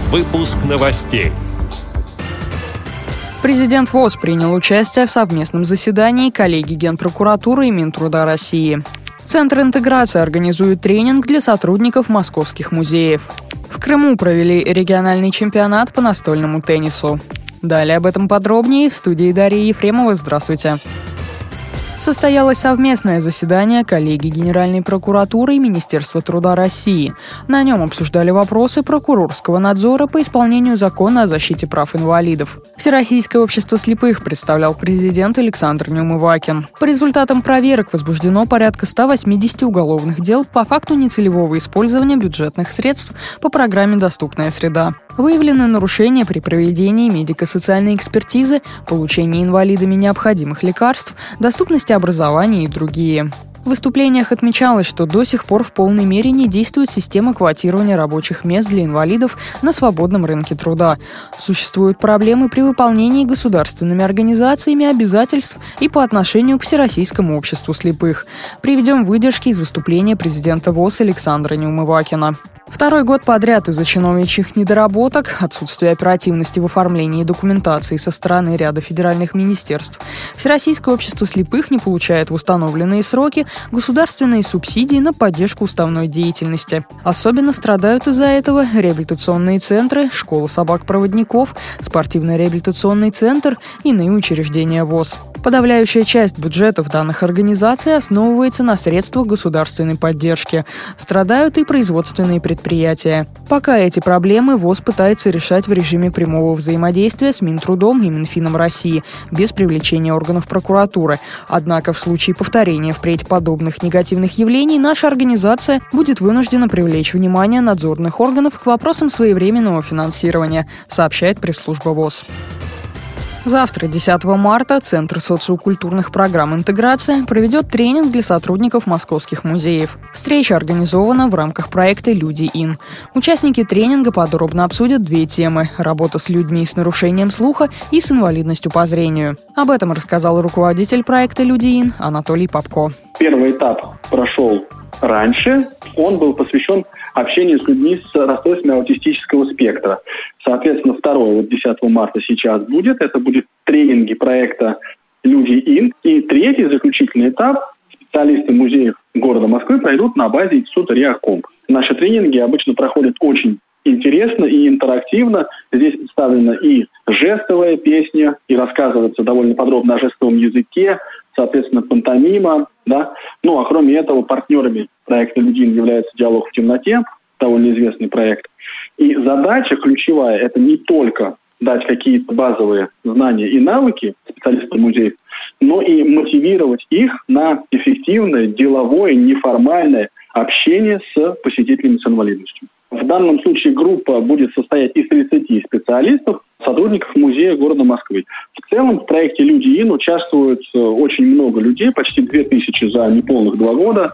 Выпуск новостей. Президент ВОС принял участие в совместном заседании коллегии Генпрокуратуры и Минтруда России. Центр интеграции организует тренинг для сотрудников московских музеев. В Крыму провели региональный чемпионат по настольному теннису. Далее об этом подробнее в студии Дарьи Ефремовой. Здравствуйте. Состоялось совместное заседание коллегии Генеральной прокуратуры и Министерства труда России. На нем обсуждали вопросы прокурорского надзора по исполнению закона о защите прав инвалидов. Всероссийское общество слепых представлял президент Александр Неумывакин. По результатам проверок возбуждено порядка 180 уголовных дел по факту нецелевого использования бюджетных средств по программе «Доступная среда». Выявлены нарушения при проведении медико-социальной экспертизы, получении инвалидами необходимых лекарств, доступности образования и другие. В выступлениях отмечалось, что до сих пор в полной мере не действует система квотирования рабочих мест для инвалидов на свободном рынке труда. Существуют проблемы при выполнении государственными организациями обязательств и по отношению к Всероссийскому обществу слепых. Приведем выдержки из выступления президента ВОС Александра Неумывакина. Второй год подряд из-за чиновничьих недоработок, отсутствия оперативности в оформлении документации со стороны ряда федеральных министерств, Всероссийское общество слепых не получает в установленные сроки государственные субсидии на поддержку уставной деятельности. Особенно страдают из-за этого реабилитационные центры, школа собак-проводников, спортивно-реабилитационный центр и иные учреждения ВОС. Подавляющая часть бюджетов данных организаций основывается на средствах государственной поддержки. Страдают и производственные предприятия. Пока эти проблемы ВОС пытается решать в режиме прямого взаимодействия с Минтрудом и Минфином России, без привлечения органов прокуратуры. Однако в случае повторения впредь подобных негативных явлений наша организация будет вынуждена привлечь внимание надзорных органов к вопросам своевременного финансирования, сообщает пресс-служба ВОС. Завтра, 10 марта, Центр социокультурных программ «Интеграция» проведет тренинг для сотрудников московских музеев. Встреча организована в рамках проекта «Люди Ин». Участники тренинга подробно обсудят две темы – работа с людьми с нарушением слуха и с инвалидностью по зрению. Об этом рассказал руководитель проекта «Люди Ин» Анатолий Попко. Первый этап прошел раньше, он был посвящен общению с людьми с расстройствами аутистического спектра. Соответственно, второй, 10 марта сейчас будет, это будет тренинги проекта «Люди Ин». И третий, заключительный этап, специалисты музеев города Москвы пройдут на базе Института РИАКомп. Наши тренинги обычно проходят очень интересно и интерактивно. Здесь представлена и жестовая песня, и рассказывается довольно подробно о жестовом языке, соответственно, пантомима, да. Ну, а кроме этого, партнерами проекта «Люди Ин» является «Диалог в темноте», довольно известный проект. И задача ключевая – это не только дать какие-то базовые знания и навыки специалистам музеев, но и мотивировать их на эффективное, деловое, неформальное общение с посетителями с инвалидностью. В данном случае группа будет состоять из 30 специалистов, сотрудников музея города Москвы. В целом в проекте «Люди Ин» участвуют очень много людей, почти 2000 за неполных 2 года.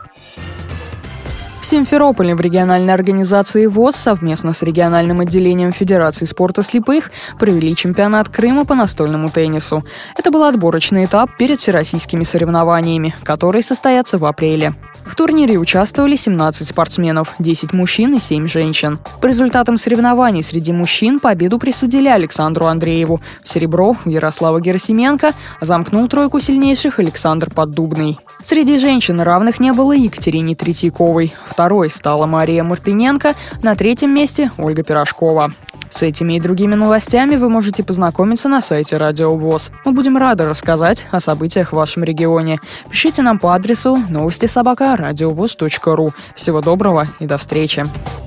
В Симферополе в региональной организации ВОС совместно с региональным отделением Федерации спорта слепых провели чемпионат Крыма по настольному теннису. Это был отборочный этап перед всероссийскими соревнованиями, которые состоятся в апреле. В турнире участвовали 17 спортсменов, 10 мужчин и 7 женщин. По результатам соревнований среди мужчин победу присудили Александру Андрееву. В серебро у Ярослава Герасименко, замкнул тройку сильнейших Александр Поддубный. Среди женщин равных не было Екатерине Третьяковой. Второй стала Мария Мартыненко, на третьем месте Ольга Пирожкова. С этими и другими новостями вы можете познакомиться на сайте Радио ВОС. Мы будем рады рассказать о событиях в вашем регионе. Пишите нам по адресу новости@радиовос.ру. Всего доброго и до встречи.